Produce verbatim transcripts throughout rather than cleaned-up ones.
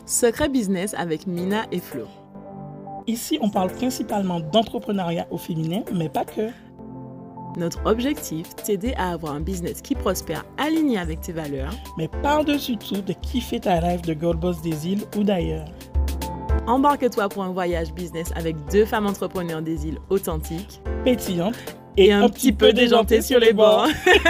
Secret Business avec Mina et Flo. Ici, on parle principalement d'entrepreneuriat au féminin, mais pas que. Notre objectif, t'aider à avoir un business qui prospère aligné avec tes valeurs, mais par-dessus tout de kiffer ta rêve de girl boss des îles ou d'ailleurs. Embarque-toi pour un voyage business avec deux femmes entrepreneurs des îles authentiques, pétillantes et, et un, un petit peu déjantées sur les bords.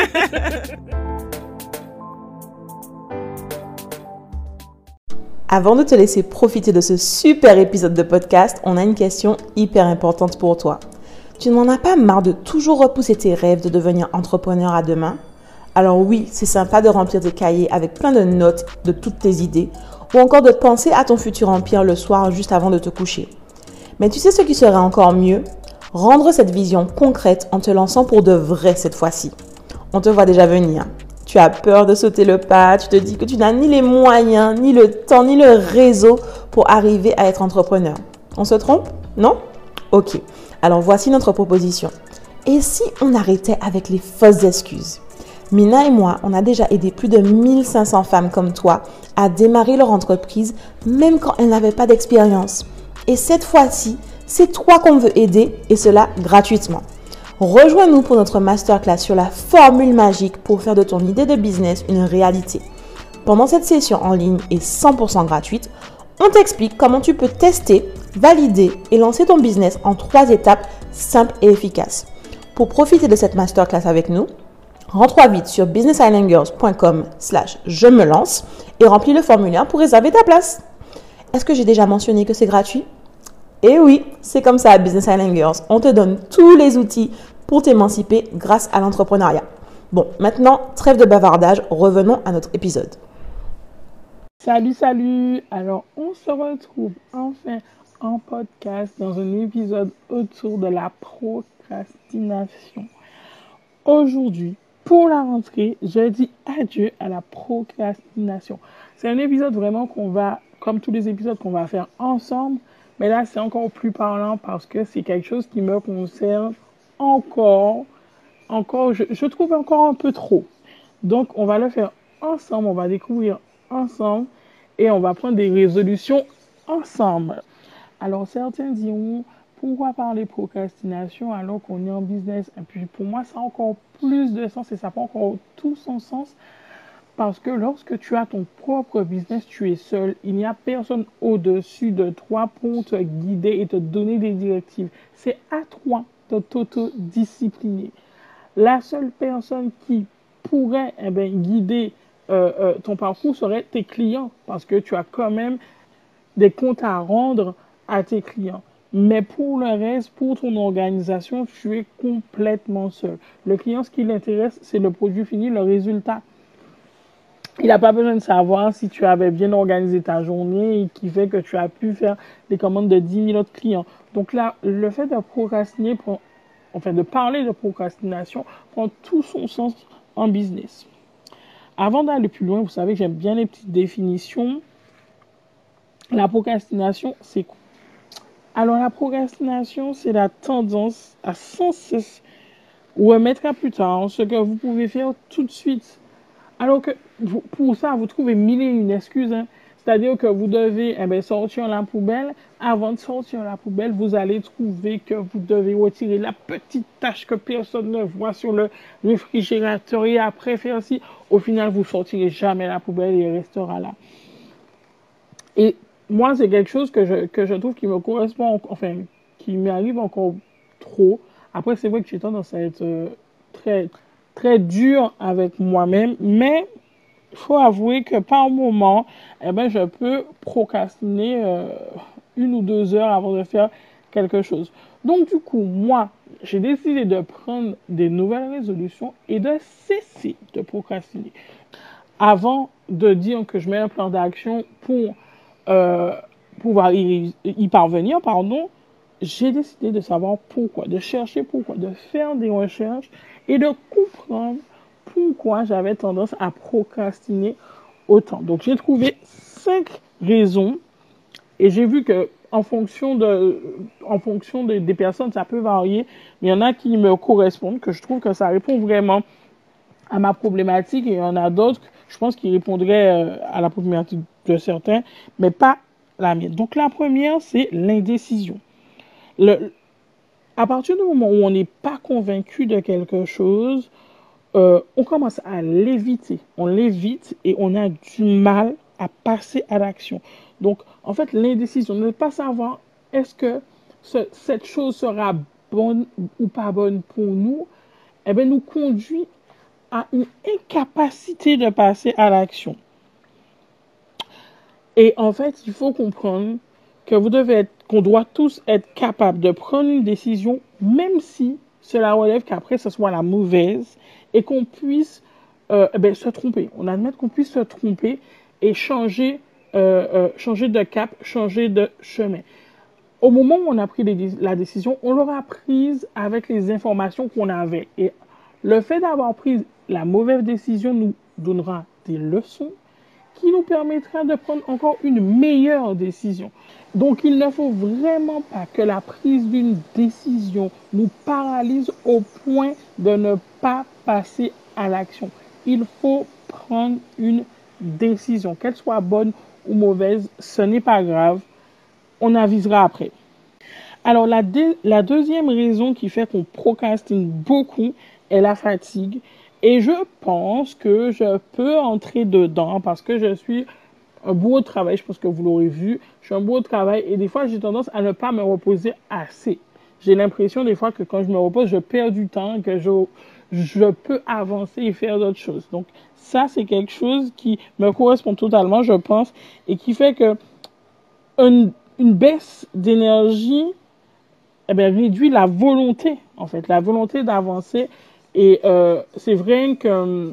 Avant de te laisser profiter de ce super épisode de podcast, on a une question hyper importante pour toi. Tu n'en as pas marre de toujours repousser tes rêves de devenir entrepreneur à demain? Alors oui, c'est sympa de remplir tes cahiers avec plein de notes de toutes tes idées ou encore de penser à ton futur empire le soir juste avant de te coucher. Mais tu sais ce qui serait encore mieux? Rendre cette vision concrète en te lançant pour de vrai cette fois-ci. On te voit déjà venir. Tu as peur de sauter le pas, tu te dis que tu n'as ni les moyens, ni le temps, ni le réseau pour arriver à être entrepreneur. On se trompe? Non? Ok. Alors voici notre proposition. Et si on arrêtait avec les fausses excuses? Mina et moi, on a déjà aidé plus de mille cinq cents femmes comme toi à démarrer leur entreprise, même quand elles n'avaient pas d'expérience. Et cette fois-ci, c'est toi qu'on veut aider et cela gratuitement. Rejoins-nous pour notre masterclass sur la formule magique pour faire de ton idée de business une réalité. Pendant cette session en ligne et cent pour cent gratuite, on t'explique comment tu peux tester, valider et lancer ton business en trois étapes simples et efficaces. Pour profiter de cette masterclass avec nous, rends-toi vite sur business island girls point com slash je me lance et remplis le formulaire pour réserver ta place. Est-ce que j'ai déjà mentionné que c'est gratuit? Et oui, c'est comme ça à Business Island Girls. On te donne tous les outils pour t'émanciper grâce à l'entrepreneuriat. Bon, maintenant, trêve de bavardage, revenons à notre épisode. Salut, salut! Alors, on se retrouve enfin en podcast dans un épisode autour de la procrastination. Aujourd'hui, pour la rentrée, je dis adieu à la procrastination. C'est un épisode vraiment qu'on va, comme tous les épisodes qu'on va faire ensemble, mais là, c'est encore plus parlant parce que c'est quelque chose qui me concerne encore, encore, je, je trouve encore un peu trop. Donc, on va le faire ensemble, on va découvrir ensemble et on va prendre des résolutions ensemble. Alors, certains diront, pourquoi parler procrastination alors qu'on est en business? Et puis, pour moi, ça a encore plus de sens et ça prend encore tout son sens. Parce que lorsque tu as ton propre business, tu es seul. Il n'y a personne au-dessus de toi pour te guider et te donner des directives. C'est à toi de t'autodiscipliner. La seule personne qui pourrait eh bien, guider euh, euh, ton parcours serait tes clients. Parce que tu as quand même des comptes à rendre à tes clients. Mais pour le reste, pour ton organisation, tu es complètement seul. Le client, ce qui l'intéresse, c'est le produit fini, le résultat. Il n'a pas besoin de savoir si tu avais bien organisé ta journée et qui fait que tu as pu faire des commandes de dix mille autres clients. Donc là, le fait de procrastiner, prend, enfin de parler de procrastination, prend tout son sens en business. Avant d'aller plus loin, vous savez que j'aime bien les petites définitions. La procrastination, c'est quoi? Alors la procrastination, c'est la tendance à sans cesse remettre à plus tard ce que vous pouvez faire tout de suite. Alors que vous, pour ça, vous trouvez mille et une excuses. Hein. C'est-à-dire que vous devez eh bien, sortir la poubelle. Avant de sortir la poubelle, vous allez trouver que vous devez retirer la petite tache que personne ne voit sur le réfrigérateur et après faire ci. Au final, vous ne sortirez jamais la poubelle et elle restera là. Et moi, c'est quelque chose que je, que je trouve qui me correspond, enfin, qui m'arrive encore trop. Après, c'est vrai que j'ai tendance à être euh, très... très dur avec moi-même, mais il faut avouer que par moment, eh ben, je peux procrastiner euh, une ou deux heures avant de faire quelque chose. Donc, du coup, moi, j'ai décidé de prendre des nouvelles résolutions et de cesser de procrastiner. Avant de dire que je mets un plan d'action pour euh, pouvoir y, y parvenir, pardon, j'ai décidé de savoir pourquoi, de chercher pourquoi, de faire des recherches et de comprendre pourquoi j'avais tendance à procrastiner autant. Donc, j'ai trouvé cinq raisons et j'ai vu que en fonction, de, en fonction de, des personnes, ça peut varier. Mais il y en a qui me correspondent, que je trouve que ça répond vraiment à ma problématique et il y en a d'autres je pense qu'il répondrait euh, à la problématique de certains, mais pas la mienne. Donc la première, c'est l'indécision. Le, à partir du moment où on n'est pas convaincu de quelque chose, euh, on commence à l'éviter. On l'évite et on a du mal à passer à l'action. Donc, en fait, l'indécision, ne pas savoir est-ce que ce, cette chose sera bonne ou pas bonne pour nous, eh bien, nous conduit à une incapacité de passer à l'action. Et en fait, il faut comprendre que vous devez être, qu'on doit tous être capables de prendre une décision, même si cela relève qu'après ce soit la mauvaise, et qu'on puisse euh, ben, se tromper. On admet qu'on puisse se tromper et changer, euh, euh, changer de cap, changer de chemin. Au moment où on a pris les, la décision, on l'aura prise avec les informations qu'on avait. Et le fait d'avoir pris la mauvaise décision nous donnera des leçons qui nous permettra de prendre encore une meilleure décision. Donc, il ne faut vraiment pas que la prise d'une décision nous paralyse au point de ne pas passer à l'action. Il faut prendre une décision, qu'elle soit bonne ou mauvaise, ce n'est pas grave, on avisera après. Alors, la, dé- la deuxième raison qui fait qu'on procrastine beaucoup est la fatigue. Et je pense que je peux entrer dedans parce que je suis un bourreau de travail. Je pense que vous l'aurez vu. Je suis un bourreau de travail et des fois, j'ai tendance à ne pas me reposer assez. J'ai l'impression des fois que quand je me repose, je perds du temps, que je, je peux avancer et faire d'autres choses. Donc, ça, c'est quelque chose qui me correspond totalement, je pense, et qui fait que une, une baisse d'énergie eh bien, réduit la volonté, en fait, la volonté d'avancer. Et euh, c'est vrai que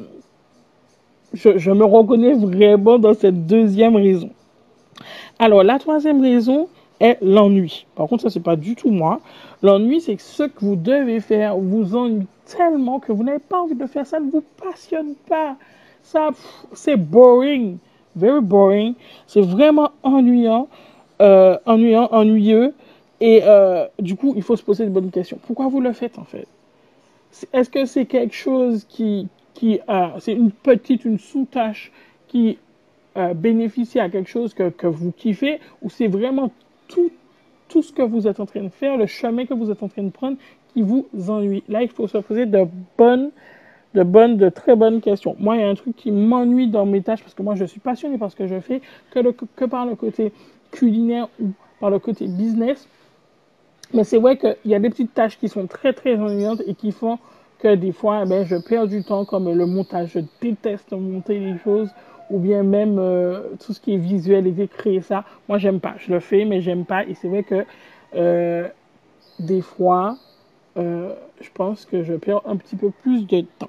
je, je me reconnais vraiment dans cette deuxième raison. Alors, la troisième raison est l'ennui. Par contre, ça, c'est pas du tout moi. L'ennui, c'est que ce que vous devez faire vous ennuie tellement que vous n'avez pas envie de faire. Ça ne vous passionne pas. Ça, c'est boring. Very boring. C'est vraiment ennuyant. Euh, ennuyant, ennuyeux. Et euh, du coup, il faut se poser de bonnes questions. Pourquoi vous le faites, en fait? Est-ce que c'est quelque chose qui, qui euh, c'est une petite, une sous-tâche qui euh, bénéficie à quelque chose que, que vous kiffez, ou c'est vraiment tout, tout ce que vous êtes en train de faire, le chemin que vous êtes en train de prendre qui vous ennuie? Là, il faut se poser de bonnes, de bonnes, de très bonnes questions. Moi, il y a un truc qui m'ennuie dans mes tâches, parce que moi, je suis passionnée par ce que je fais, que, le, que par le côté culinaire ou par le côté business. Mais c'est vrai qu'il y a des petites tâches qui sont très, très ennuyantes et qui font que des fois, eh bien, je perds du temps, comme le montage. Je déteste monter les choses, ou bien même euh, tout ce qui est visuel et créer ça. Moi, j'aime pas. Je le fais, mais j'aime pas. Et c'est vrai que euh, des fois, euh, je pense que je perds un petit peu plus de temps.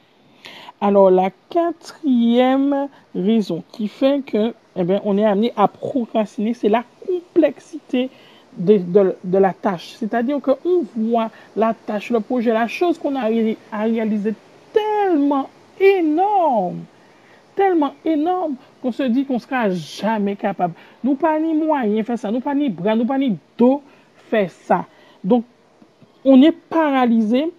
Alors, la quatrième raison qui fait que, eh bien, on est amené à procrastiner, c'est la complexité De, de, de la tâche. C'est-à-dire qu'on voit la tâche, le projet, la chose qu'on a à réaliser tellement énorme, tellement énorme qu'on se dit qu'on ne sera jamais capable. Nous pas ni moyen faire ça, nous pas ni bras, nous pas ni dos faire ça. Donc, on est paralysé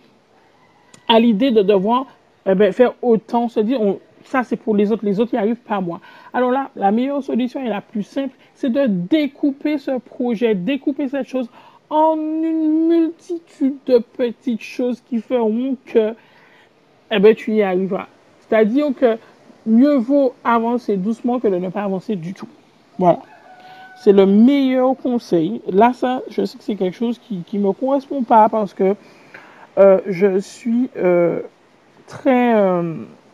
à l'idée de devoir eh bien, faire autant, se dire, on, ça c'est pour les autres, les autres n'y arrivent pas moi. Alors là, la meilleure solution et la plus simple, c'est de découper ce projet, découper cette chose en une multitude de petites choses qui feront que eh ben, tu y arriveras. C'est-à-dire que mieux vaut avancer doucement que de ne pas avancer du tout. Voilà. C'est le meilleur conseil. Là, ça, je sais que c'est quelque chose qui ne me correspond pas parce que euh, je suis euh, très... Euh,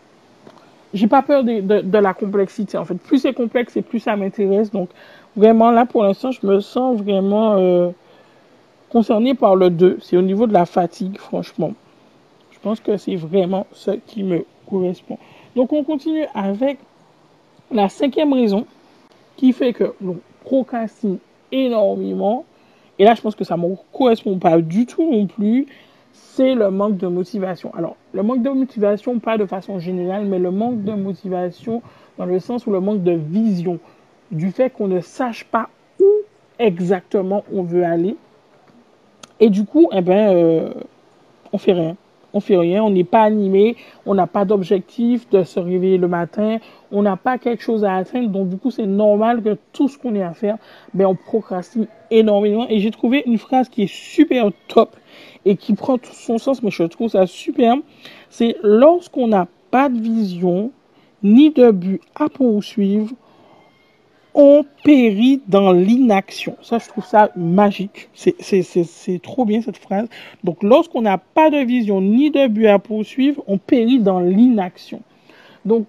j'ai pas peur de, de, de la complexité. En fait, plus c'est complexe et plus ça m'intéresse. Donc, vraiment, là, pour l'instant, je me sens vraiment euh, concernée par le deux. C'est au niveau de la fatigue, franchement. Je pense que c'est vraiment ce qui me correspond. Donc, on continue avec la cinquième raison qui fait que l'on procrastine énormément. Et là, je pense que ça ne me correspond pas du tout non plus. C'est le manque de motivation. Alors, le manque de motivation, pas de façon générale, mais le manque de motivation dans le sens où le manque de vision, du fait qu'on ne sache pas où exactement on veut aller. Et du coup, eh ben, euh, on fait rien. on fait rien, on n'est pas animé, on n'a pas d'objectif de se réveiller le matin, on n'a pas quelque chose à atteindre. Donc, du coup, c'est normal que tout ce qu'on ait à faire, ben, on procrastine énormément. Et j'ai trouvé une phrase qui est super top et qui prend tout son sens, mais je trouve ça superbe. C'est lorsqu'on n'a pas de vision, ni de but à poursuivre, on périt dans l'inaction. Ça, je trouve ça magique. C'est, c'est, c'est, c'est trop bien cette phrase. Donc, lorsqu'on n'a pas de vision ni de but à poursuivre, on périt dans l'inaction. Donc,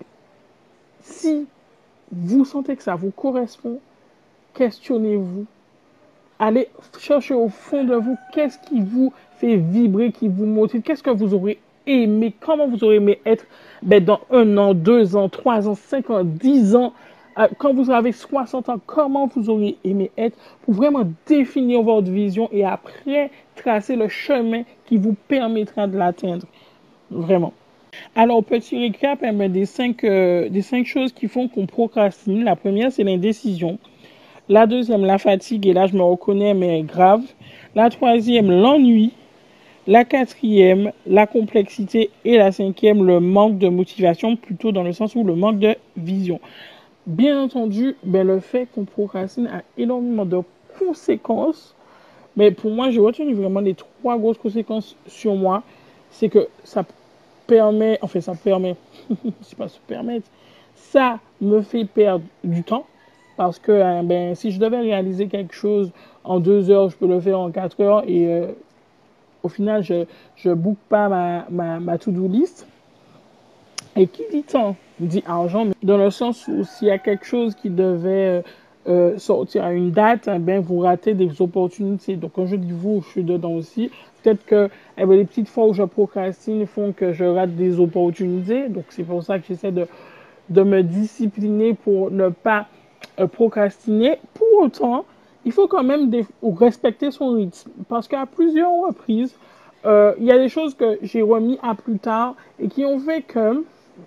si vous sentez que ça vous correspond, questionnez-vous. Allez chercher au fond de vous qu'est-ce qui vous fait vibrer, qui vous motive, qu'est-ce que vous aurez aimé, comment vous aurez aimé être ben, dans un an, deux ans, trois ans, cinq ans, dix ans. Quand vous avez soixante ans, comment vous auriez aimé être pour vraiment définir votre vision et après tracer le chemin qui vous permettra de l'atteindre. Vraiment. Alors, petit récap eh bien, des, cinq, euh, des cinq choses qui font qu'on procrastine. La première, c'est l'indécision. La deuxième, la fatigue. Et là, je me reconnais, mais grave. La troisième, l'ennui. La quatrième, la complexité. Et la cinquième, le manque de motivation, plutôt dans le sens où le manque de vision. Bien entendu, ben, le fait qu'on procrastine a énormément de conséquences. Mais pour moi, j'ai retenu vraiment les trois grosses conséquences sur moi. C'est que ça permet, enfin ça permet, c'est pas se permettre, ça me fait perdre du temps. Parce que hein, ben, si je devais réaliser quelque chose en deux heures, je peux le faire en quatre heures. Et euh, au final, je ne boucle pas ma, ma, ma to-do list. Et qui dit temps dit argent, mais dans le sens où s'il y a quelque chose qui devait euh, sortir à une date, eh bien, vous ratez des opportunités. Donc, quand je dis vous, je suis dedans aussi. Peut-être que eh bien, les petites fois où je procrastine font que je rate des opportunités. Donc, c'est pour ça que j'essaie de, de me discipliner pour ne pas euh, procrastiner. Pour autant, il faut quand même des, respecter son rythme. Parce qu'à plusieurs reprises, euh, il y a des choses que j'ai remis à plus tard et qui ont fait que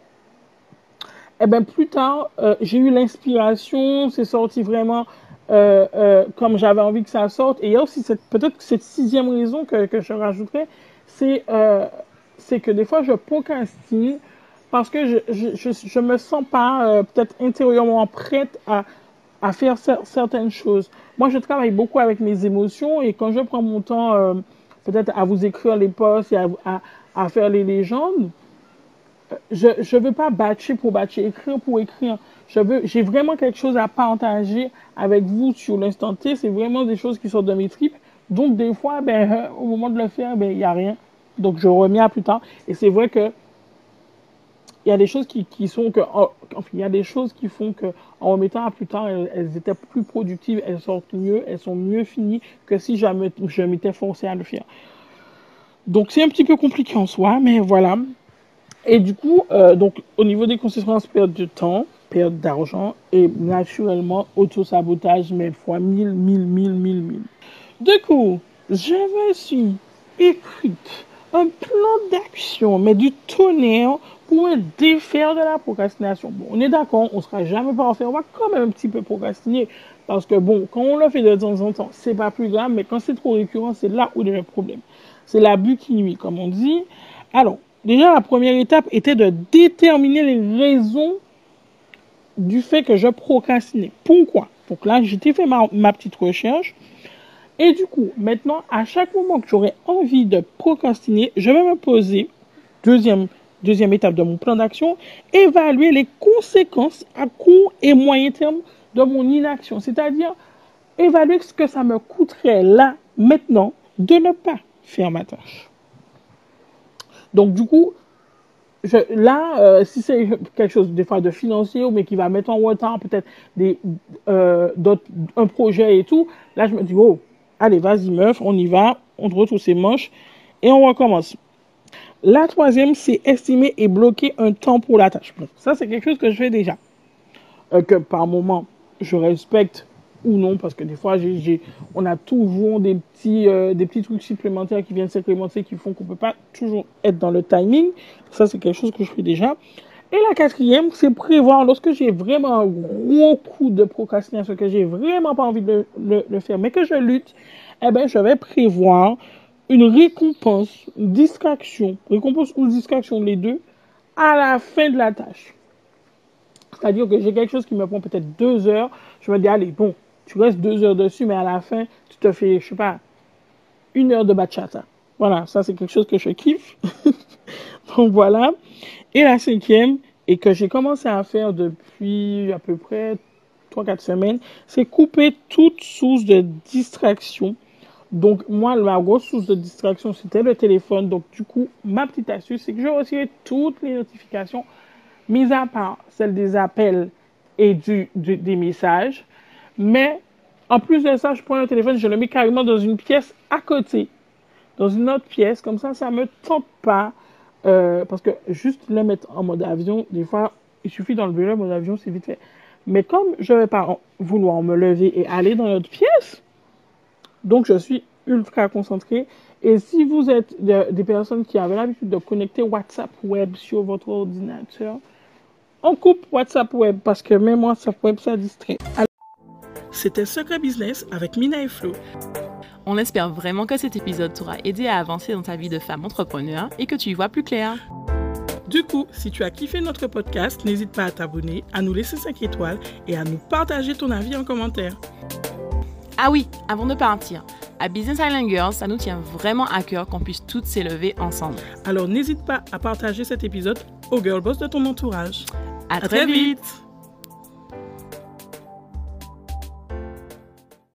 Eh bien, plus tard, euh, j'ai eu l'inspiration, c'est sorti vraiment euh, euh, comme j'avais envie que ça sorte. Et il y a aussi cette, peut-être cette sixième raison que, que je rajouterais, c'est, euh, c'est que des fois, je procrastine parce que je je, je, je me sens pas euh, peut-être intérieurement prête à, à faire cer- certaines choses. Moi, je travaille beaucoup avec mes émotions et quand je prends mon temps euh, peut-être à vous écrire les posts et à, à, à faire les légendes, je ne veux pas batcher pour batcher, écrire pour écrire. Je veux, j'ai vraiment quelque chose à partager avec vous sur l'instant T. C'est vraiment des choses qui sortent de mes tripes. Donc, des fois, ben, euh, au moment de le faire, ben, il n'y a rien. Donc, je remets à plus tard. Et c'est vrai que il y a des choses qui, qui sont que, oh, enfin, il y a des choses qui font que, en remettant à plus tard, elles, elles étaient plus productives, elles sortent mieux, elles sont mieux finies que si jamais je m'étais forcé à le faire. Donc, c'est un petit peu compliqué en soi, mais voilà. Et du coup, euh, donc, au niveau des conséquences, perte de temps, perte d'argent et naturellement, auto-sabotage, mais fois mille, mille, mille, mille, mille. Du coup, je me suis écrite un plan d'action, mais du tonnerre pour me défaire de la procrastination. Bon, on est d'accord, on ne sera jamais parfait, on va quand même un petit peu procrastiner. Parce que bon, quand on le fait de temps en temps, c'est pas plus grave, mais quand c'est trop récurrent, c'est là où il y a le problème. C'est l'abus qui nuit, comme on dit. Alors, déjà, la première étape était de déterminer les raisons du fait que je procrastinais. Pourquoi? Donc là, j'ai fait ma, ma petite recherche. Et du coup, maintenant, à chaque moment que j'aurai envie de procrastiner, je vais me poser, deuxième, deuxième étape de mon plan d'action, évaluer les conséquences à court et moyen terme de mon inaction. C'est-à-dire, évaluer ce que ça me coûterait là, maintenant, de ne pas faire ma tâche. Donc, du coup, je, là, euh, si c'est quelque chose des fois de financier, mais qui va mettre en retard peut-être des, euh, d'autres, un projet et tout, là, je me dis, oh, allez, vas-y, meuf, on y va, on retrousse ses manches et on recommence. La troisième, c'est estimer et bloquer un temps pour la tâche. Bon, ça, c'est quelque chose que je fais déjà. Euh, que par moment, je respecte ou non, parce que des fois, j'ai, j'ai, on a toujours des petits, euh, des petits trucs supplémentaires qui viennent s'incrémenter, qui font qu'on ne peut pas toujours être dans le timing. Ça, c'est quelque chose que je fais déjà. Et la quatrième, c'est prévoir, lorsque j'ai vraiment un gros coup de procrastination, que j'ai vraiment pas envie de le, le, le faire, mais que je lutte, eh ben, je vais prévoir une récompense, une distraction, récompense ou distraction, les deux, à la fin de la tâche. C'est-à-dire que j'ai quelque chose qui me prend peut-être deux heures. Je me dis, allez, bon, tu restes deux heures dessus, mais à la fin, tu te fais, je sais pas, une heure de bachata. Voilà, ça c'est quelque chose que je kiffe. Donc voilà. Et la cinquième, et que j'ai commencé à faire depuis à peu près trois quatre semaines, c'est couper toute source de distraction. Donc moi, ma grosse source de distraction, c'était le téléphone. Donc du coup, ma petite astuce, c'est que je retire toutes les notifications, mis à part celles des appels et du, du, des messages. Mais en plus de ça, je prends le téléphone, je le mets carrément dans une pièce à côté. Dans une autre pièce, comme ça, ça ne me tente pas. Euh, parce que juste le mettre en mode avion, des fois, il suffit d'enlever le mode avion, c'est vite fait. Mais comme je ne vais pas vouloir me lever et aller dans l'autre pièce, donc je suis ultra concentrée. Et si vous êtes de, des personnes qui avaient l'habitude de connecter WhatsApp Web sur votre ordinateur, on coupe WhatsApp Web parce que même WhatsApp Web, ça distrait. Alors, c'était Secret Business avec Mina et Flo. On espère vraiment que cet épisode t'aura aidé à avancer dans ta vie de femme entrepreneur et que tu y vois plus clair. Du coup, si tu as kiffé notre podcast, n'hésite pas à t'abonner, à nous laisser cinq étoiles et à nous partager ton avis en commentaire. Ah oui, avant de partir, à Business Island Girls, ça nous tient vraiment à cœur qu'on puisse toutes s'élever ensemble. Alors n'hésite pas à partager cet épisode aux girl boss de ton entourage. À, à très, très vite, vite.